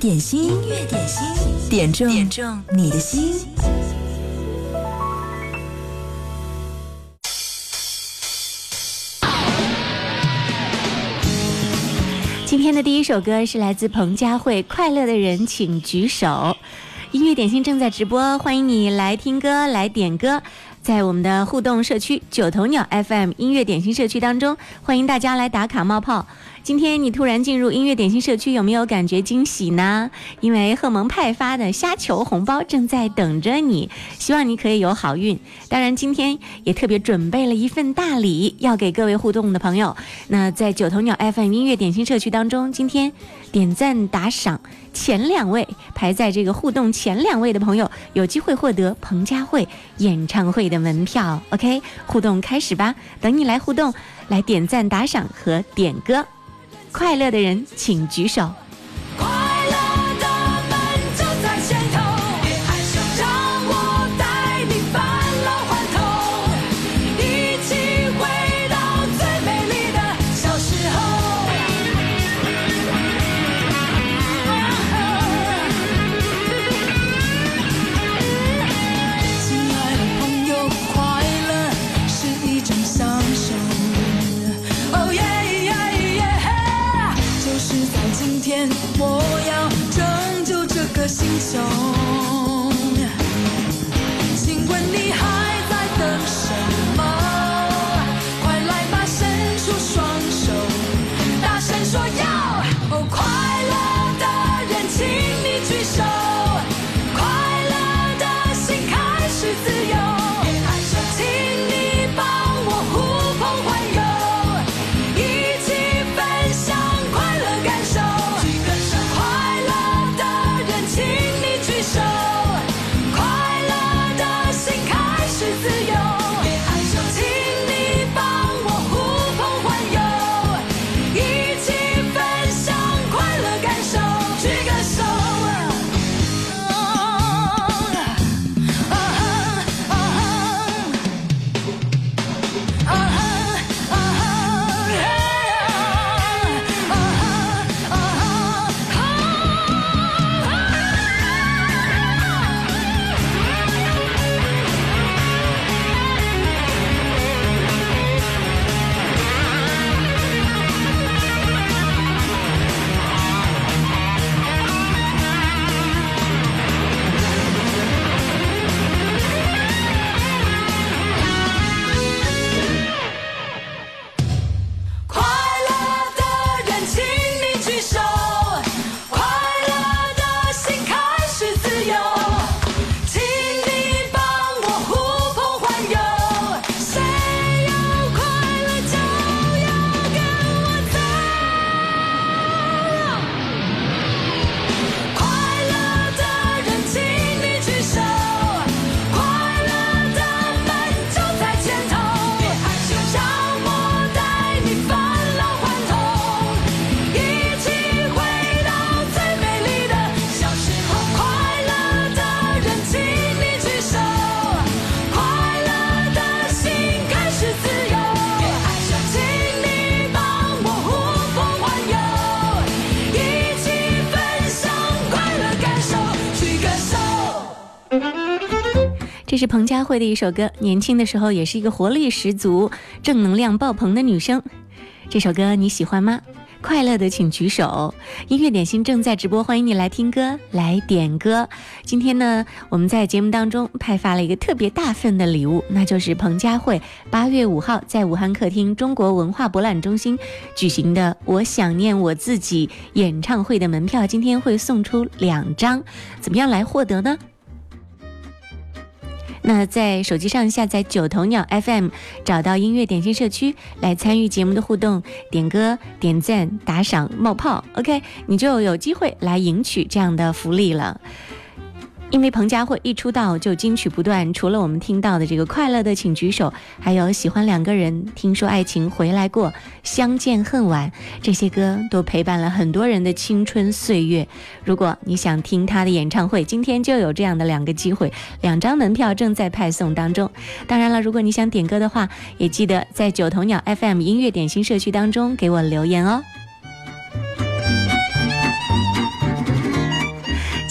点心，音乐点心，点中你的心。 今天的第一首歌是来自彭佳慧，《快乐的人请举手》。音乐点心正在直播，欢迎你来听歌，来点歌。在我们的互动社区九头鸟 FM 音乐点心社区当中，欢迎大家来打卡冒泡。今天你突然进入音乐点心社区，有没有感觉惊喜呢？因为贺蒙派发的虾球红包正在等着你，希望你可以有好运。当然今天也特别准备了一份大礼要给各位互动的朋友。那在九头鸟 FM 音乐点心社区当中，今天点赞打赏前2位，排在这个互动前2位的朋友有机会获得彭佳慧演唱会的门票。 OK， 互动开始吧，等你来互动，来点赞打赏和点歌。快乐的人请举手。 快乐的门就在前头，别害羞，让我带你返老还童，一起回到最美丽的小时候。亲爱的朋友，快乐是一种享受。哦耶！就是在今天，我要拯救这个星球。请问你还在等什么？快来吧，伸出双手，大声说要！哦，快乐的人，请你举手。快乐的心开始自由，别害羞，请你帮我呼朋唤友，一起分享快乐感受。举个手，快乐的人，请你举手。快乐的心开始自由，别害羞，请你帮我呼朋唤友，一起分享快乐感受。举个手。快乐的人，请你举手。快乐的心开始自由，请你帮我呼朋唤友。谁有快乐就要跟我走。快乐的人，请你举手。快乐的门就在前头，别害羞，让我带你返老还童，一起回到最美丽的小时候。快乐的人，请你举手。快乐的心开始自由，别害羞，请你帮我呼朋唤友，一起分享快乐感受。举个手。 这是彭佳慧的一首歌，年轻的时候也是一个活力十足、正能量爆棚的女生。这首歌你喜欢吗？快乐的请举手。音乐点心正在直播，欢迎你来听歌，来点歌。今天呢，我们在节目当中派发了一个特别大份的礼物，那就是彭佳慧8月5号在武汉客厅中国文化博览中心举行的我想念我自己演唱会的门票，今天会送出2张，怎么样来获得呢？那在手机上下载九头鸟 FM， 找到音乐点心社区来参与节目的互动，点歌、点赞、打赏、冒泡 OK， 你就有机会来赢取这样的福利了。因为彭佳慧一出道就金曲不断，除了我们听到的这个快乐的请举手，还有喜欢2个人、听说爱情回来过、相见恨晚，这些歌都陪伴了很多人的青春岁月。如果你想听她的演唱会，今天就有这样的2个机会，2张门票正在派送当中。当然了，如果你想点歌的话，也记得在九头鸟 FM 音乐点心社区当中给我留言哦。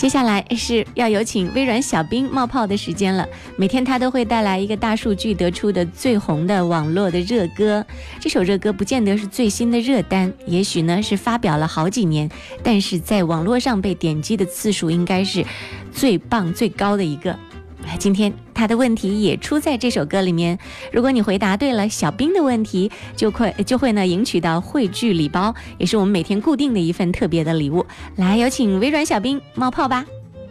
接下来是要有请微软小冰冒泡的时间了。每天他都会带来一个大数据得出的最红的网络的热歌，这首热歌不见得是最新的热单，也许呢是发表了好几年，但是在网络上被点击的次数应该是最棒最高的一个。今天他的问题也出在这首歌里面，如果你回答对了小冰的问题，就会呢赢取到汇聚礼包，也是我们每天固定的一份特别的礼物。来，有请微软小冰冒泡吧。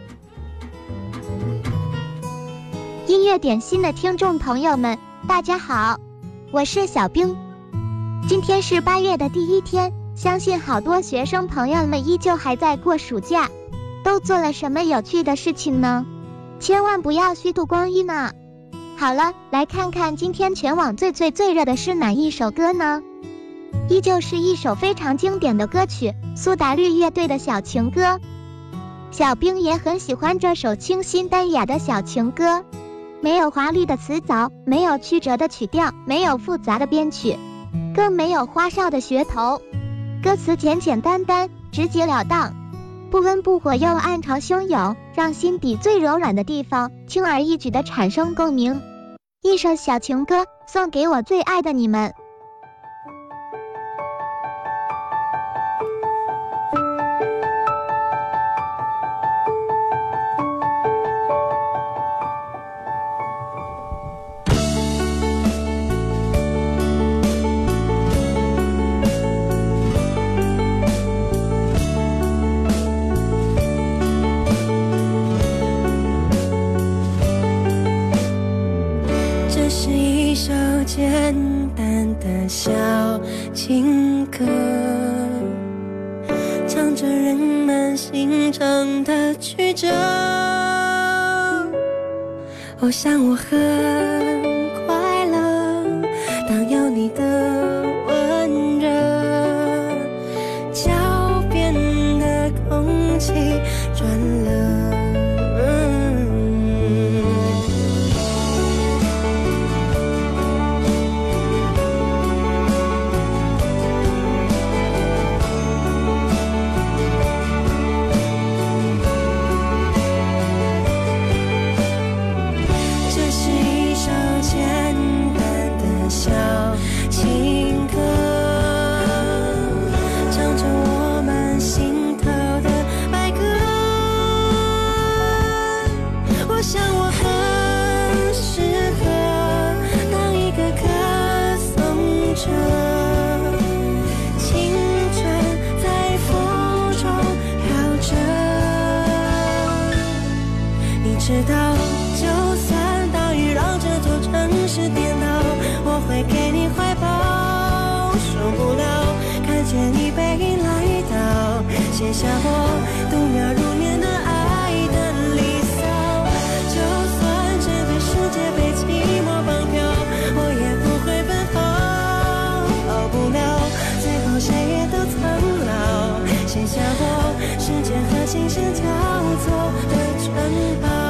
音乐点心的听众朋友们，大家好，我是小冰。今天是8月的第一天，相信好多学生朋友们依旧还在过暑假，都做了什么有趣的事情呢？千万不要虚度光阴呢。好了，来看看今天全网最热的是哪一首歌呢？依旧是一首非常经典的歌曲，苏打绿乐队的小情歌。小冰也很喜欢这首清新淡雅的小情歌，没有华丽的词藻，没有曲折的曲调，没有复杂的编曲，更没有花哨的噱头，歌词简简单单，直截了当，不温不火又暗潮汹涌，让心底最柔软的地方轻而易举地产生共鸣。一首小情歌，送给我最爱的你们。 简单的小情歌，唱着人们心肠的曲折。我想我很快乐，当有你的温热，脚边的空气转了。知道，就算大雨让这座城市颠倒，我会给你怀抱。受不了，看见你背影来到，写下我度秒如年的爱的离骚。就算整个世界被寂寞绑票，我也不会奔跑。逃不了，最后谁也都苍老，写下我时间和琴声交错的城堡。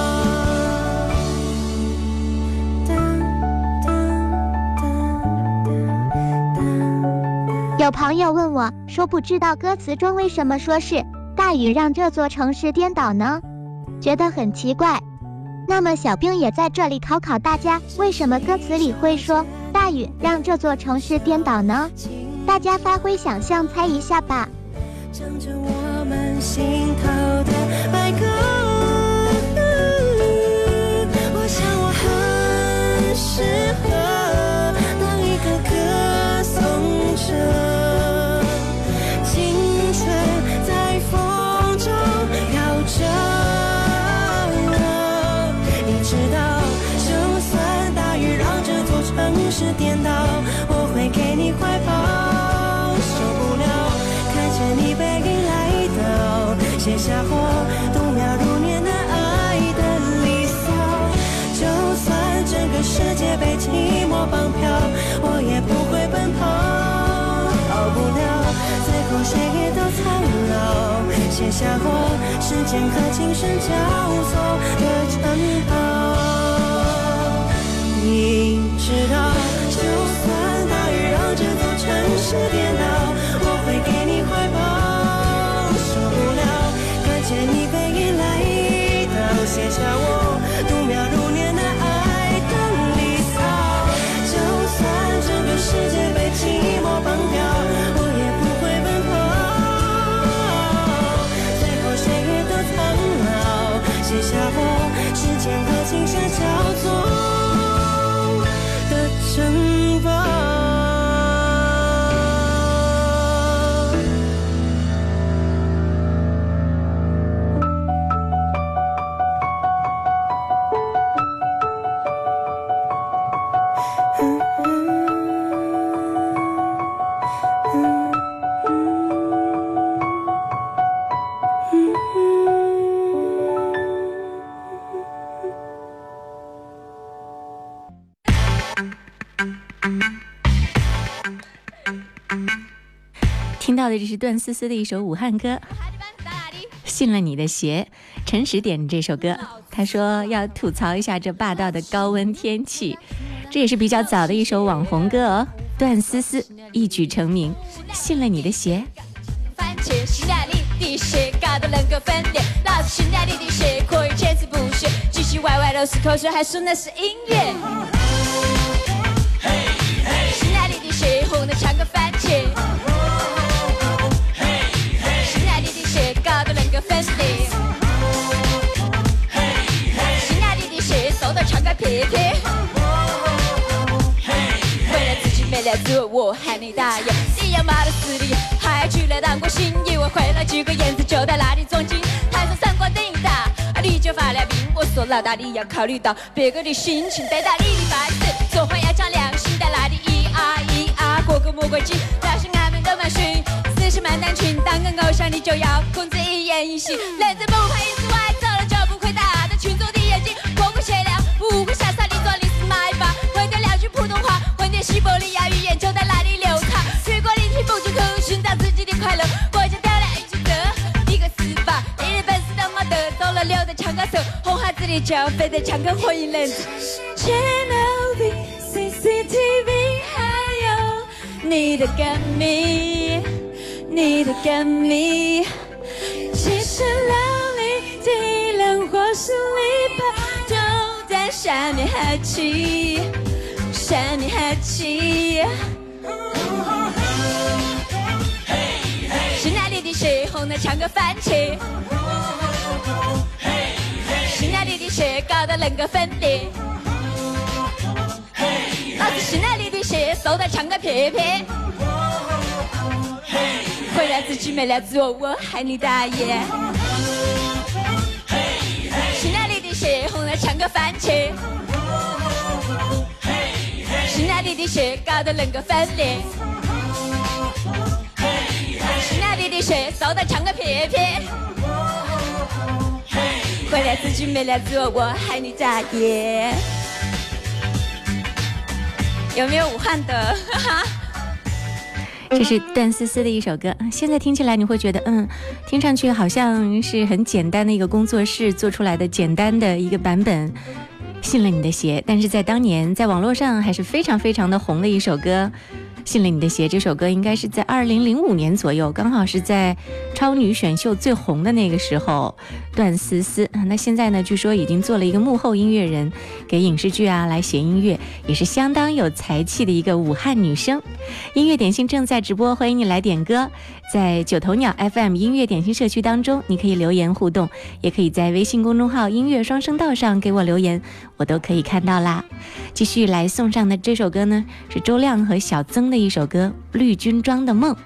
有朋友问我说，不知道歌词中为什么说是大雨让这座城市颠倒呢？觉得很奇怪。那么小兵也在这里考考大家，为什么歌词里会说大雨让这座城市颠倒呢？大家发挥想象猜一下吧。 唱着我们心头的白鸽，我想我很适合当一个歌颂者。城市颠倒，我会给你怀抱。受不了，看见你背影来到，写下我度秒如年的爱的离骚。就算整个世界被寂寞绑票，我也不会奔跑。逃不了，最后谁也都苍老，写下我时间和琴声交错的城堡。你知道，就算大雨让这座城市颠倒，我会给你怀抱。受不了，看见你背影写下我度秒如年的爱的离骚。就算整个世界被寂寞绑票，我也不会奔跑。最后谁也都苍老，写下我时间和青春交错的城堡。 听到的这是段思思的一首武汉歌，信了你的邪。陈实点这首歌，他说要吐槽一下这霸道的高温天气，这也是比较早的一首网红歌哦。段思思一举成名，信了你的邪。 番茄是哪里的血，搞得人格分裂？老子是哪里的血，可以千次不学，唧唧歪歪都是口水，还说那是音乐。是哪里的血，红的像个番茄？是哪里的血，搞得人格分裂？是哪里的血，瘦得像个屁屁？为了自己没了自我，喊你大爷！你要骂的死你，还去了当过星，以为会了几个燕子就在那里装进台上三观灯一打，你就发了病。我说老大你要考虑到别个的心情，对待你的办事说话要讲良心，在那里个个魔鬼精，表示俺们都蛮逊，死是蛮难群，当个偶像你就要控制一言一行，人生不怕一次歪，走了就不会打着群众的眼睛，过过协调，不会下沙你做历史买法，会点两句普通话，会点西伯利亚语言就在那里流淌，如果你听不进口，寻找自己的快乐，国家调来一起走，一个死法，你的本事都没得，走了留在枪杆手，红孩子的脚飞在枪杆火影人 Channel V CCTV。你的歌迷，你的歌迷，其实料理地冷或是礼拜，都在下面哈气，下面哈气。是哪里的血红的像个番茄？是哪里的血搞得人格分裂？老子是哪里的血，瘦得像个屁屁。回来自己没了自我，我喊你大爷。是哪里的血，红得像个番茄。是哪里的血，搞得人格分裂。是哪里的血，瘦得像个屁屁。回来自己没了自我，我喊你大爷。有没有武汉的？ 这是段思思的一首歌，现在听起来你会觉得听上去好像是很简单的一个工作室做出来的简单的一个版本，信了你的邪。但是在当年在网络上还是非常非常的红的一首歌，信了你的邪。这首歌应该是在2005年左右，刚好是在超女选秀最红的那个时候。段思思那现在呢，据说已经做了一个幕后音乐人，给影视剧啊来写音乐，也是相当有才气的一个武汉女生。音乐点心正在直播，欢迎你来点歌。在九头鸟 FM 音乐点心社区当中，你可以留言互动，也可以在微信公众号音乐双声道上给我留言，我都可以看到啦。继续来送上的这首歌呢，是周亮和小曾的一首歌《绿军装的梦》。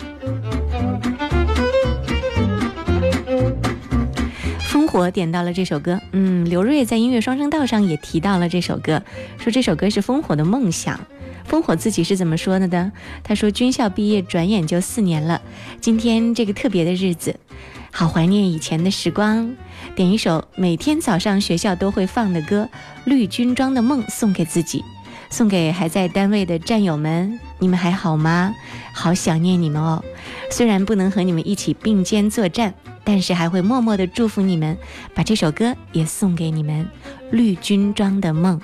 烽火点到了这首歌，刘瑞在音乐双声道上也提到了这首歌，说这首歌是烽火的梦想。烽火自己是怎么说的呢？他说军校毕业转眼就4年了，今天这个特别的日子，好怀念以前的时光，点一首每天早上学校都会放的歌《绿军装的梦》送给自己，送给还在单位的战友们，你们还好吗？好想念你们哦，虽然不能和你们一起并肩作战，但是还会默默地祝福你们，把这首歌也送给你们，《绿军装的梦》。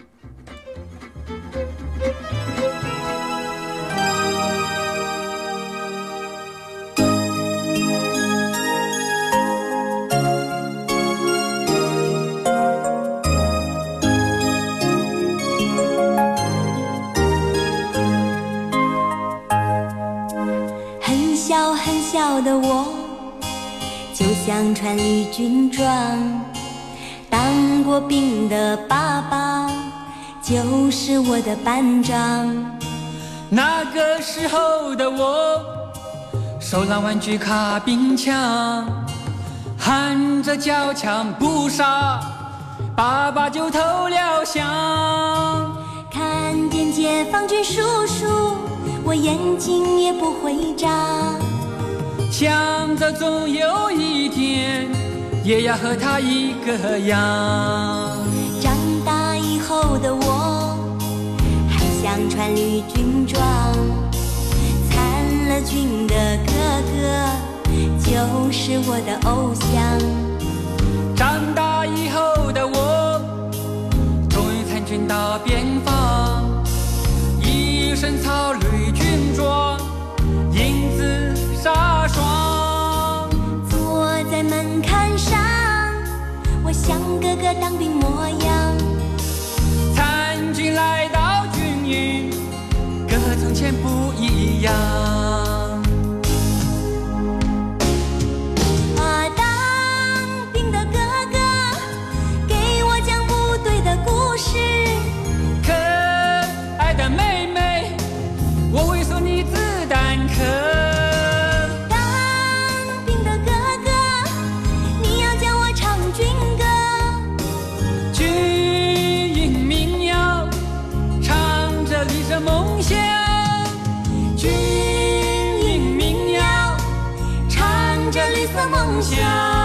号的我，就像穿绿军装，当过兵的爸爸就是我的班长。 那个时候的我，手拿玩具卡兵枪，含着脚枪不杀，爸爸就投了降。 看见解放军叔叔，我眼睛也不会眨， 想着总有一天也要和他一个样。 长大以后的我，还想穿绿军装，参了军的哥哥就是我的偶像。 长大以后的我，终于参军到边防，一身草绿军装，英姿飒爽。 坐在门槛上，我像哥哥当兵模样。 参军来到军营，跟和从前不一样。可爱的妹妹，我会送你子弹壳。 当兵的哥哥，你要教我唱军歌。 军营民谣，唱着理想梦想。 军营民谣，唱着绿色梦想。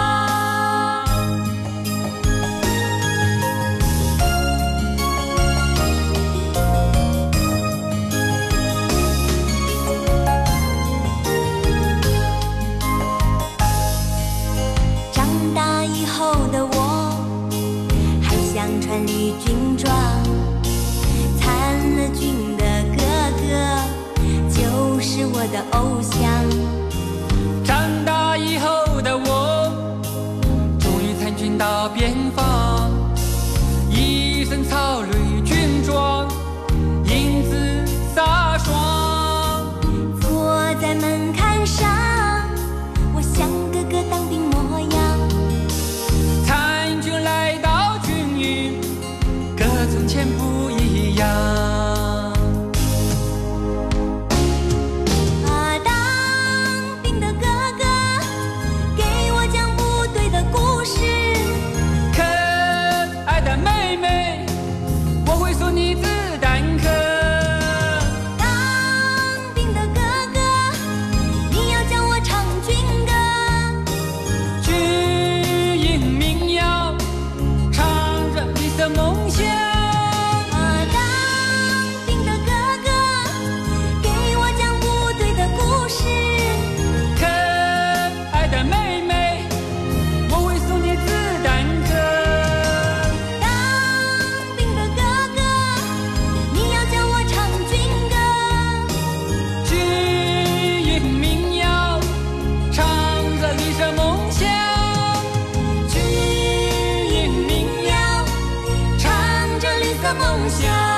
穿绿军装，参了军的哥哥就是我的偶像。 长大以后的我，终于参军到边防，一身草绿军装，英姿飒爽。 坐在门槛上，我像哥哥当兵模样。 参军来到军营，跟从前不一样。 当兵的哥哥，给我讲部队的故事。 可爱的妹妹，我会送你子弹壳。 当兵的哥哥，你要教我唱军歌。 军营民谣，唱着绿色梦想。 梦想。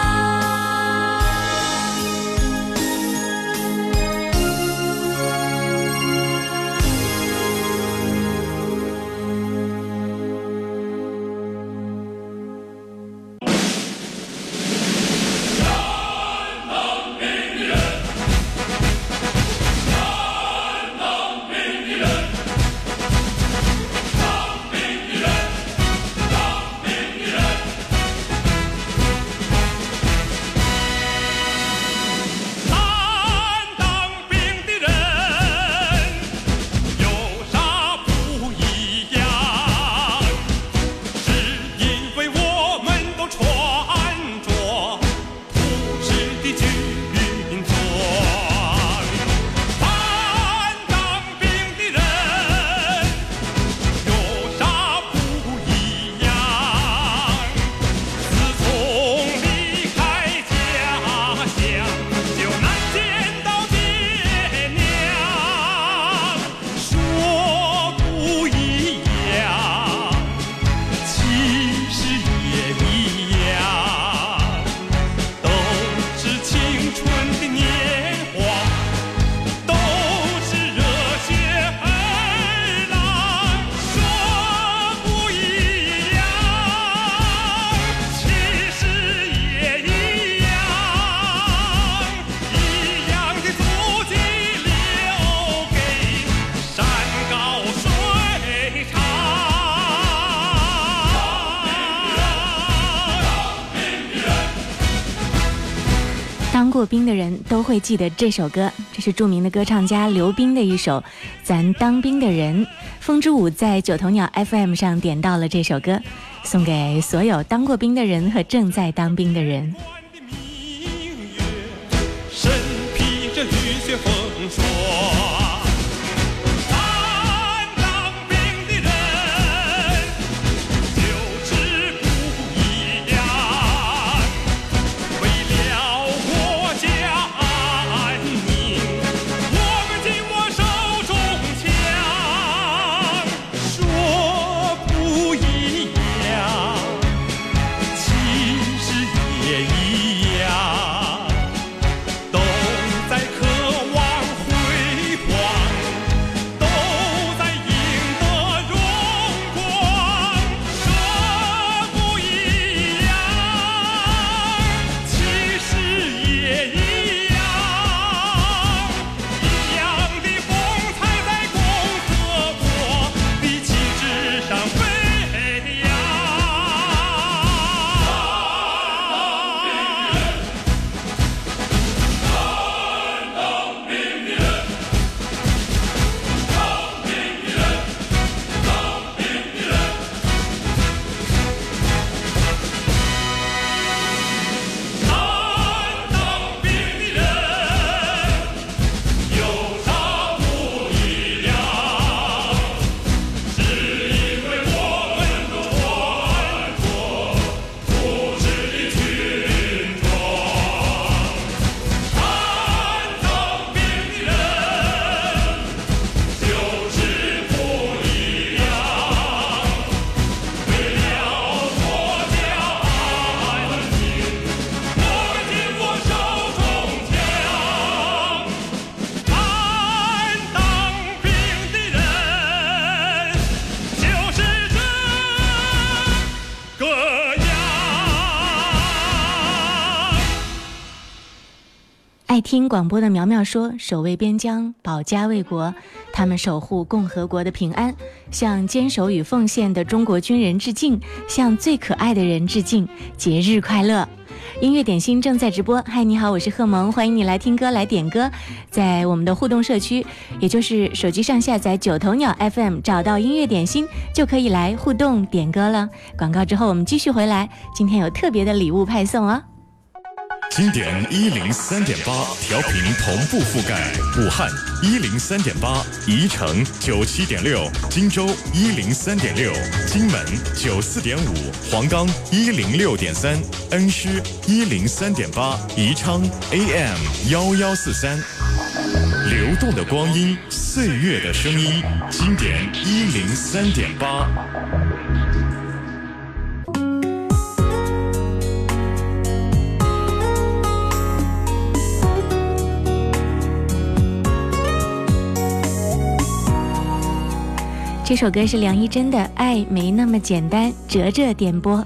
过兵的人都会记得这首歌，这是著名的歌唱家刘斌的一首《咱当兵的人》。风之舞在九头鸟 FM 上点到了这首歌，送给所有当过兵的人和正在当兵的人。 身披着雨雪风霜， 爱听广播的苗苗说，守卫边疆，保家卫国，他们守护共和国的平安，向坚守与奉献的中国军人致敬，向最可爱的人致敬，节日快乐。音乐点心正在直播，嗨，你好，我是贺萌，欢迎你来听歌来点歌。在我们的互动社区，也就是手机上下载九头鸟 FM， 找到音乐点心就可以来互动点歌了。广告之后我们继续回来，今天有特别的礼物派送哦。 经典103.8调频同步覆盖武汉103.8，宜城97.6，荆州103.6，荆门94.5，黄冈106.3，恩施103.8，宜昌 AM 1143。流动的光阴，岁月的声音，经典103.8。 这首歌是梁一真的《爱没那么简单》，哲哲点播。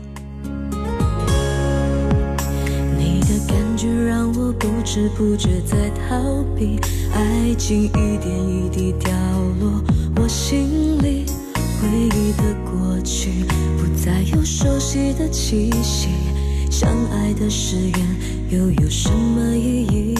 你的感觉让我不知不觉在逃避，爱情一点一滴掉落我心里，回忆的过去不再有熟悉的气息，相爱的誓言又有什么意义？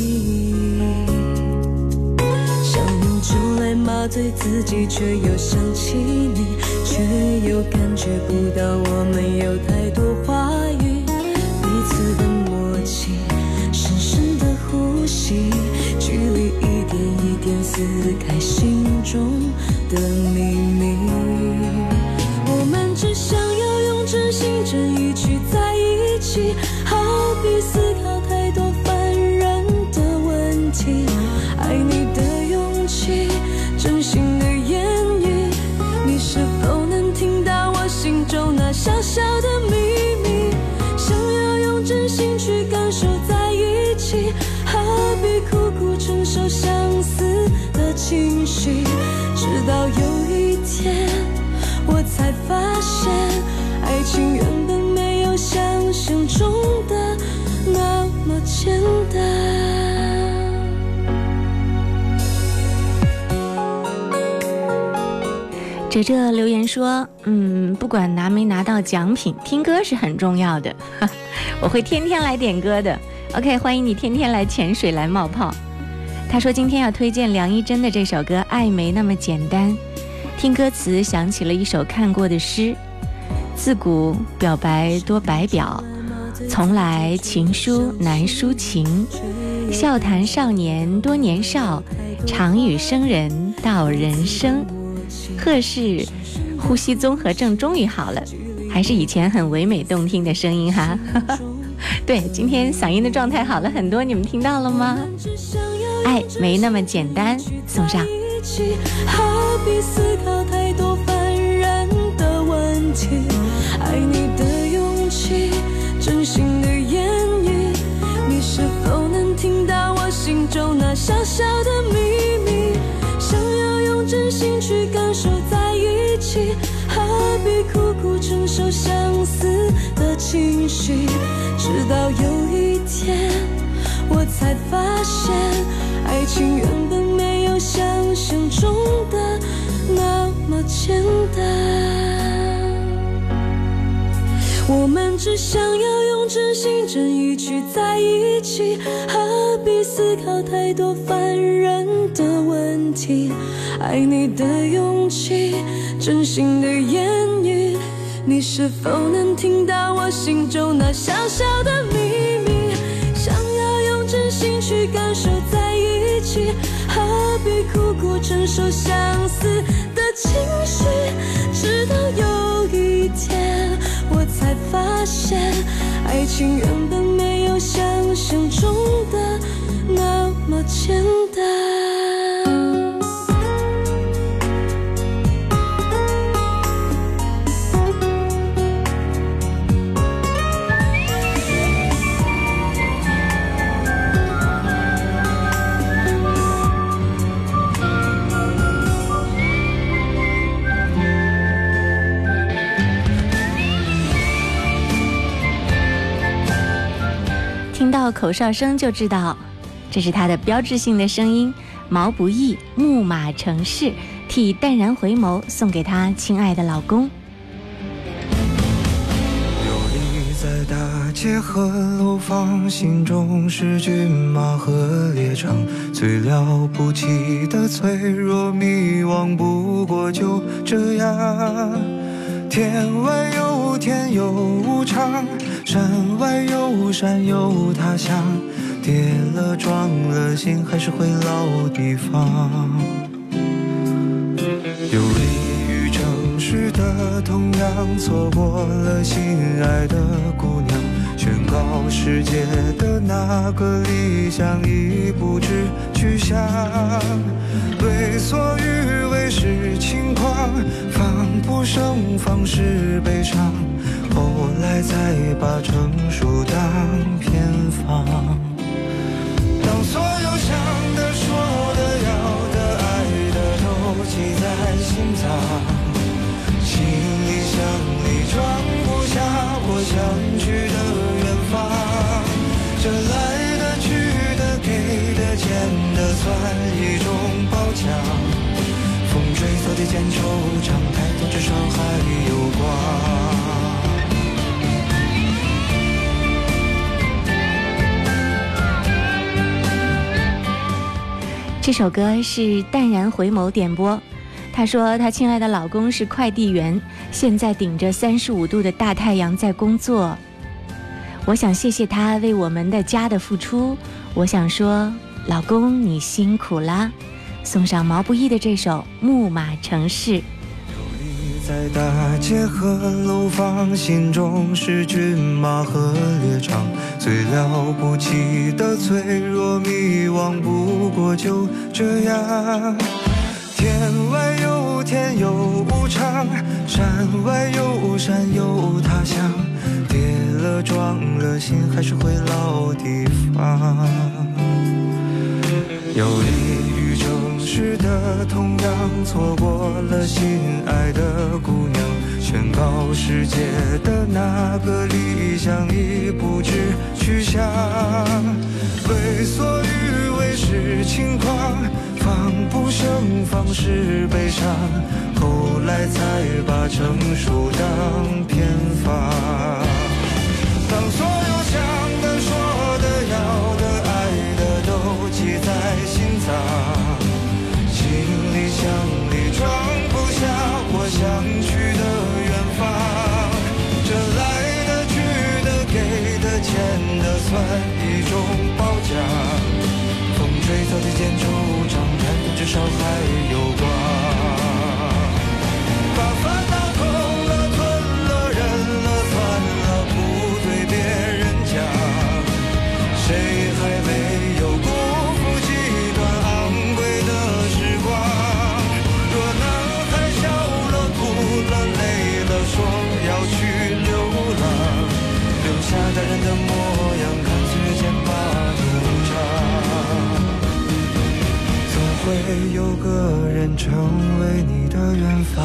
就来麻醉自己，却又想起你，却又感觉不到我们有太多话语，彼此的默契，深深的呼吸，距离一点一点撕开心中的秘密。我们只想要用真心真意去在一起，好比思考太多烦人的问题，爱你的真心的言语，你是否能听到我心中那小小的秘密？想要用真心去感受在一起，何必苦苦承受相思的情绪？直到有一天，我才发现，爱情原本没有想象中的那么简单。 哲哲留言说，不管拿没拿到奖品，听歌是很重要的，我会天天来点歌的。 OK， 欢迎你天天来潜水来冒泡。他说今天要推荐梁一真的这首歌《爱没那么简单》，听歌词想起了一首看过的诗：自古表白多白表，从来情书难抒情。笑谈少年多年少，常与生人道人生。贺氏呼吸综合症终于好了，还是以前很唯美动听的声音哈。对，今天嗓音的状态好了很多，你们听到了吗？爱没那么简单，送上。 何必思考太多烦人的问题？爱你的勇气，真心的言语，你是否能听到我心中那小小的秘密？想要用真心去感受在一起，何必苦苦承受相思的情绪？直到有一天，我才发现，爱情原本没有想象中的那么简单。我们只想要用真心真意去在一起，何必思考太多烦人的问题？爱你的勇气，真心的言语，你是否能听到我心中那小小的秘密？想要用真心去感受在一起，何必苦苦承受相思的情绪？直到有一天，我才发现，爱情原本没有想象中的那么简单。 听到口哨声就知道，这是他的标志性的声音。毛不易《木马城市》替淡然回眸送给他亲爱的老公。 游离在大街和楼房，心中是骏马和猎场，最了不起的脆弱迷惘，不过就这样。天外有天有无常，山外有山有他乡，跌了撞了心还是回老地方。游离于城市的同样，错过了心爱的姑娘，宣告世界的那个理想已不知去向。为所欲为是轻狂，防不胜防是悲伤，后来才把成熟当偏方。当所有想的说的要的爱的都记在心脏，行李箱里装不下我想去的远方，这来的去的给的欠的算一种褒奖，风吹草低见惆怅，抬头至少还有光。 这首歌是淡然回眸点播，她说她亲爱的老公是快递员，现在顶着35度的大太阳在工作。我想谢谢他为我们的家的付出，我想说老公你辛苦啦。送上毛不易的这首《木马城市》。 在大街和楼房，心中是骏马和猎场，最了不起的脆弱迷惘，不过就这样。天外有天有无常，山外有山有他乡，跌了撞了心还是回老地方。游离于城市的同样，错过了心爱的姑娘，宣告世界的那个理想已不知去向。为所欲为是轻狂，防不胜防是悲伤，后来才把成熟当偏方。当所有想的说的要间惆怅，但至少还有光。把烦恼吞了吞了忍了算了，不对别人讲，谁还没有辜负几段昂贵的时光？若男孩笑了哭了累了说要去流浪，留下大人的模样，看岁间把路长，总会有个人成为你的远方。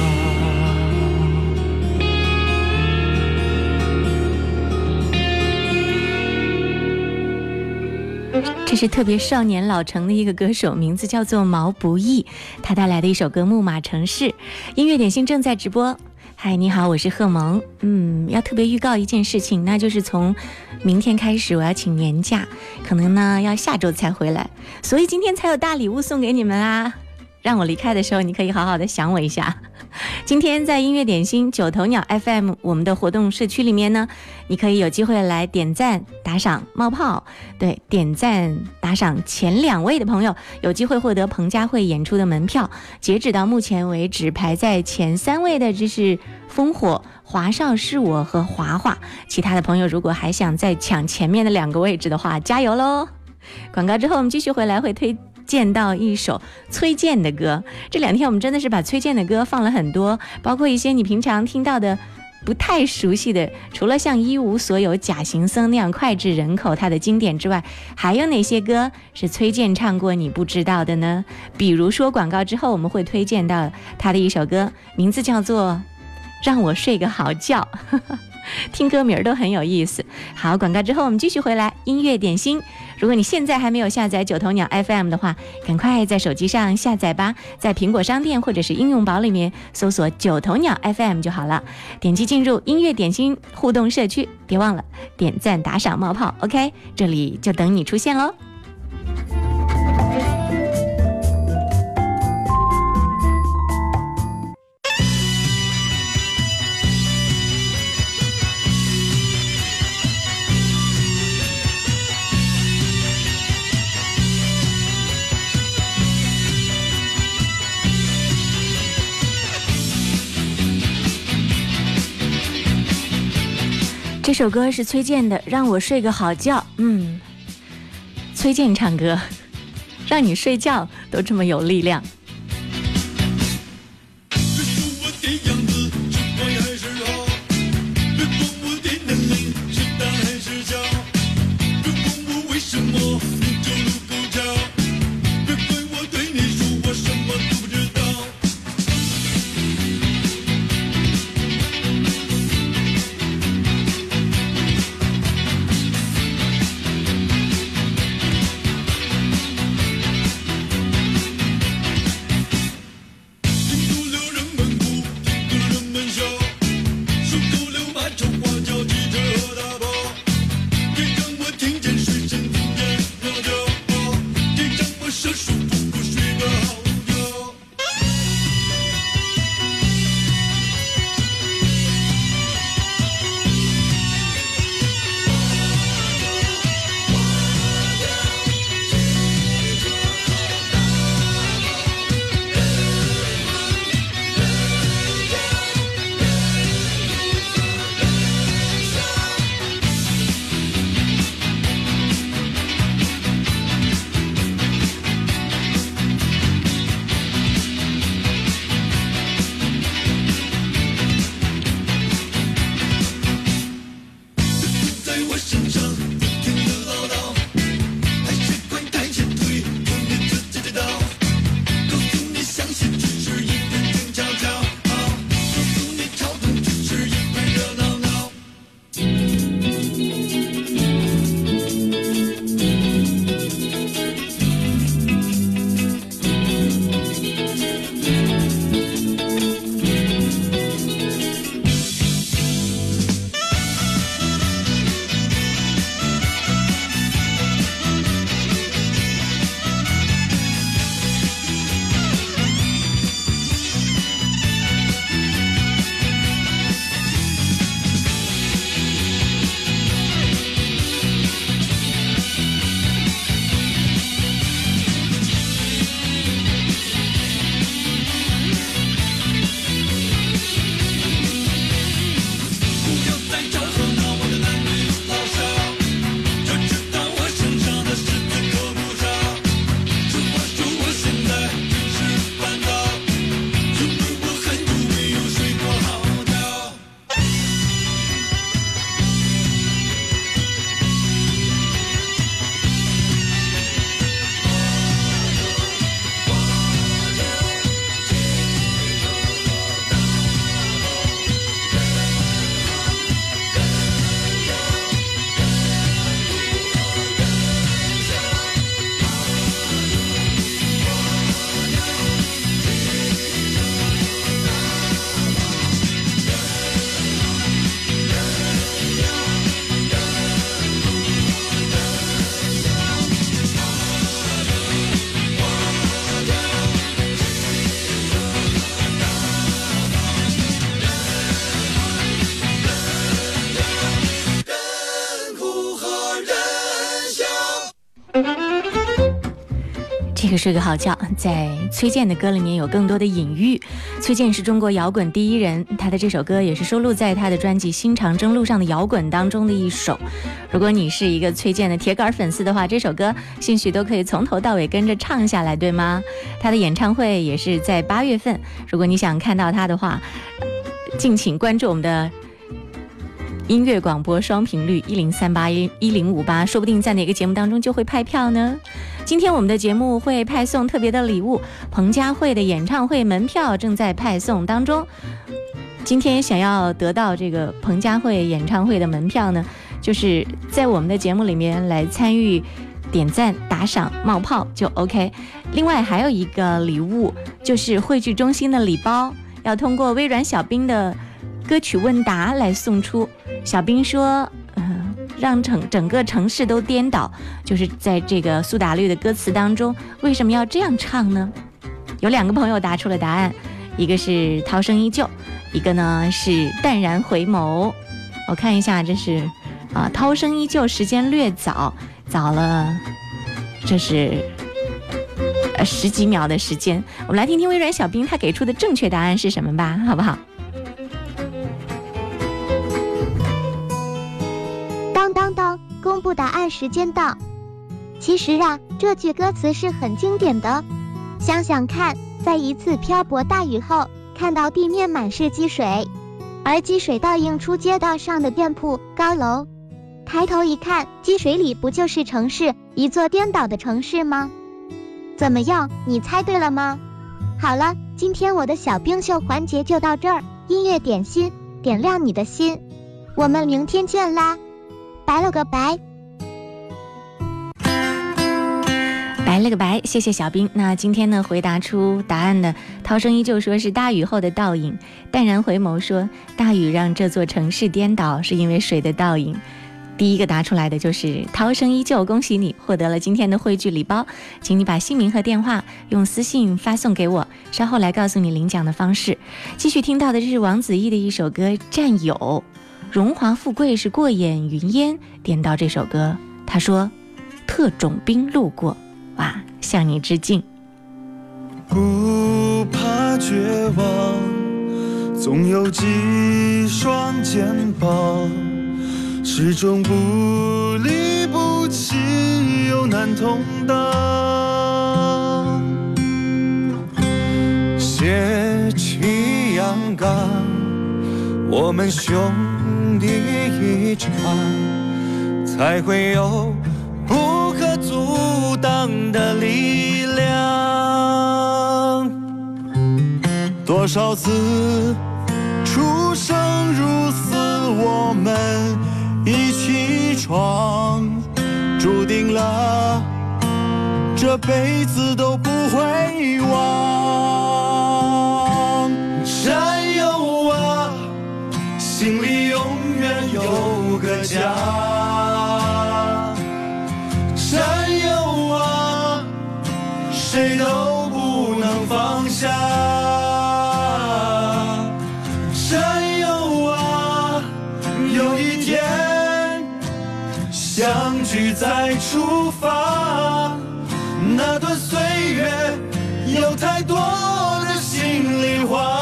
这是特别少年老成的一个歌手，名字叫做毛不易，他带来的一首歌《木马城市》。音乐点心正在直播。嗨，你好，我是贺萌。要特别预告一件事情，那就是从明天开始我要请年假，可能呢要下周才回来，所以今天才有大礼物送给你们啊。让我离开的时候，你可以好好的想我一下。今天在音乐点心九头鸟 FM 我们的活动社区里面呢，你可以有机会来点赞打赏冒泡，对，点赞打赏前2位的朋友有机会获得彭佳慧演出的门票。截止到目前为止，排在前3位的这是烽火、华少是我和华华，其他的朋友如果还想再抢前面的2个位置的话，加油喽。广告之后我们继续回来，会推荐到一首崔健的歌。这2天我们真的是把崔健的歌放了很多，包括一些你平常听到的不太熟悉的，除了像一无所有、假行僧那样脍炙人口他的经典之外，还有哪些歌是崔健唱过你不知道的呢？比如说广告之后我们会推荐到他的一首歌，名字叫做让我睡个好觉听歌名都很有意思。好，广告之后我们继续回来音乐点心。如果你现在还没有下载九头鸟 FM 的话，赶快在手机上下载吧，在苹果商店或者是应用宝里面搜索九头鸟 FM 就好了，点击进入音乐点心互动社区，别忘了点赞打赏冒泡 OK， 这里就等你出现咯。这首歌是崔健的《让我睡个好觉》。崔健唱歌，让你睡觉都这么有力量。 听这个睡个好觉，在崔健的歌里面有更多的隐喻。崔健是中国摇滚第一人，他的这首歌也是收录在他的专辑《新长征路上的摇滚》当中的一首。如果你是一个崔健的铁杆粉丝的话，这首歌兴许都可以从头到尾跟着唱下来，对吗？他的演唱会也是在8月份，如果你想看到他的话，敬请关注我们的音乐广播双频率10381058，说不定在哪个节目当中就会派票呢。今天我们的节目会派送特别的礼物，彭佳慧的演唱会门票正在派送当中。今天想要得到这个彭佳慧演唱会的门票呢，就是在我们的节目里面来参与点赞、打赏、冒泡就 OK。另外还有一个礼物，就是汇聚中心的礼包，要通过微软小冰的歌曲问答来送出。小冰说让整个城市都颠倒，就是在这个苏打绿的歌词当中，为什么要这样唱呢？有2个朋友答出了答案，一个是涛声依旧，一个呢是淡然回眸。我看一下，这是涛声依旧时间略早了，这是10几秒的时间。我们来听听微软小冰他给出的正确答案是什么吧，好不好？ 当，公布答案时间到。其实啊，这句歌词是很经典的。想想看，在一次漂泊大雨后，看到地面满是积水，而积水倒映出街道上的店铺、高楼。抬头一看，积水里不就是城市，一座颠倒的城市吗？怎么样，你猜对了吗？好了，今天我的小冰秀环节就到这儿，音乐点心，点亮你的心，我们明天见啦，拜了个拜。 拜了个拜，谢谢小冰。那今天呢，回答出答案的涛声依旧说是大雨后的倒影，淡然回眸说大雨让这座城市颠倒，是因为水的倒影。第一个答出来的就是涛声依旧，恭喜你获得了今天的汇聚礼包，请你把姓名和电话用私信发送给我，稍后来告诉你领奖的方式。继续听到的是王子异的一首歌《战友》，荣华富贵是过眼云烟，点到这首歌，他说特种兵路过，哇，向你致敬。 不怕绝望，总有几双肩膀，始终不离不弃，又难同当。血气阳刚，我们兄弟一场，才会有不可阻挡的力量。多少次出生入死，我们一起闯，注定了这辈子都不会忘。战友啊，心里永远有个家。战友啊，谁都不能放下。战友啊，有一天相聚再出发，那段岁月有太多的心里话。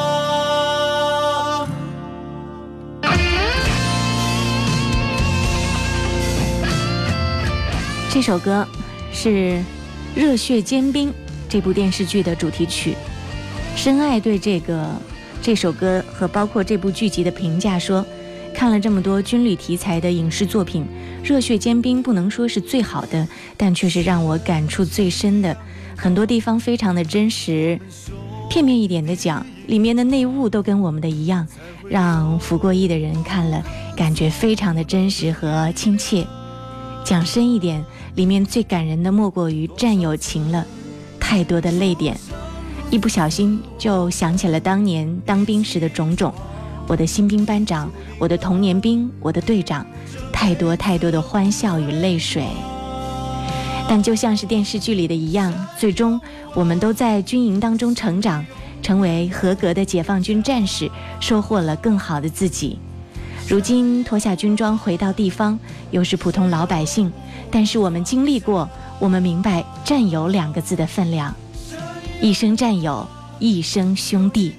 这首歌是《热血尖兵》这部电视剧的主题曲。深爱对这首歌和包括这部剧集的评价说，看了这么多军旅题材的影视作品，《热血尖兵》不能说是最好的，但却是让我感触最深的。很多地方非常的真实，片面一点的讲，里面的内务都跟我们的一样，让服过役的人看了感觉非常的真实和亲切。讲深一点，里面最感人的莫过于战友情了，太多的泪点，一不小心就想起了当年当兵时的种种，我的新兵班长，我的童年兵，我的队长，太多太多的欢笑与泪水。但就像是电视剧里的一样，最终我们都在军营当中成长，成为合格的解放军战士，收获了更好的自己。如今脱下军装回到地方，又是普通老百姓，但是我们经历过， 我们明白战友2个字的分量，一生战友，一生兄弟。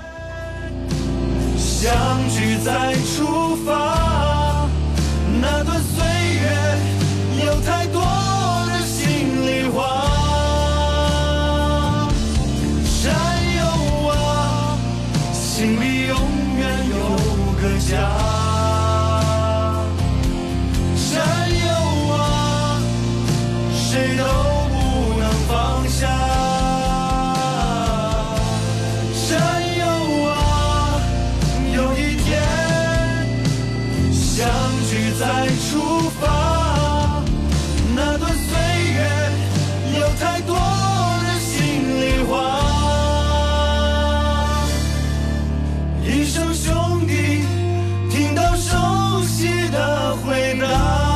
相聚再出发，那段岁月有太多的心里话。战友啊，心里永远有个家。战友啊，谁都不能放下。再出发，那段岁月有太多的心里话。一声兄弟，听到熟悉的回答。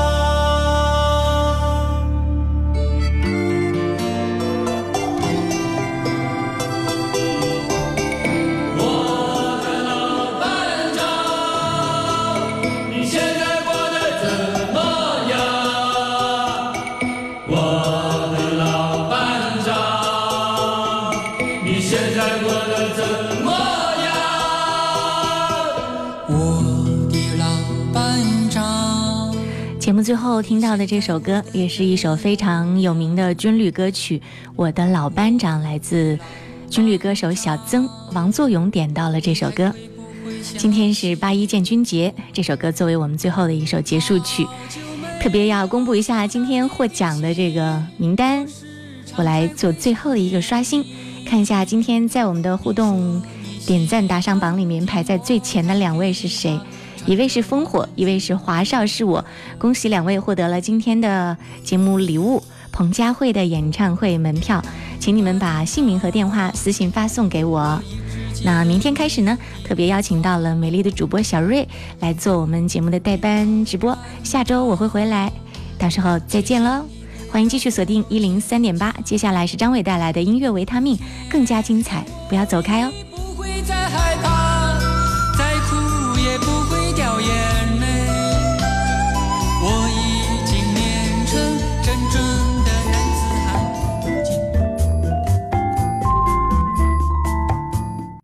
节目最后听到的这首歌也是一首非常有名的军旅歌曲《我的老班长》，来自军旅歌手小曾，王作勇点到了这首歌。今天是8·1建军节，这首歌作为我们最后的一首结束曲，特别要公布一下今天获奖的这个名单，我来做最后的一个刷新，看一下今天在我们的互动点赞打赏榜里面排在最前的2位是谁。一位是烽火，一位是华少是我，恭喜2位获得了今天的节目礼物彭佳慧的演唱会门票，请你们把姓名和电话私信发送给我。那明天开始呢，特别邀请到了美丽的主播小瑞来做我们节目的代班直播，下周我会回来，到时候再见喽。欢迎继续锁定103.8，接下来是张伟带来的音乐维他命，更加精彩，不要走开哦。 不会再害怕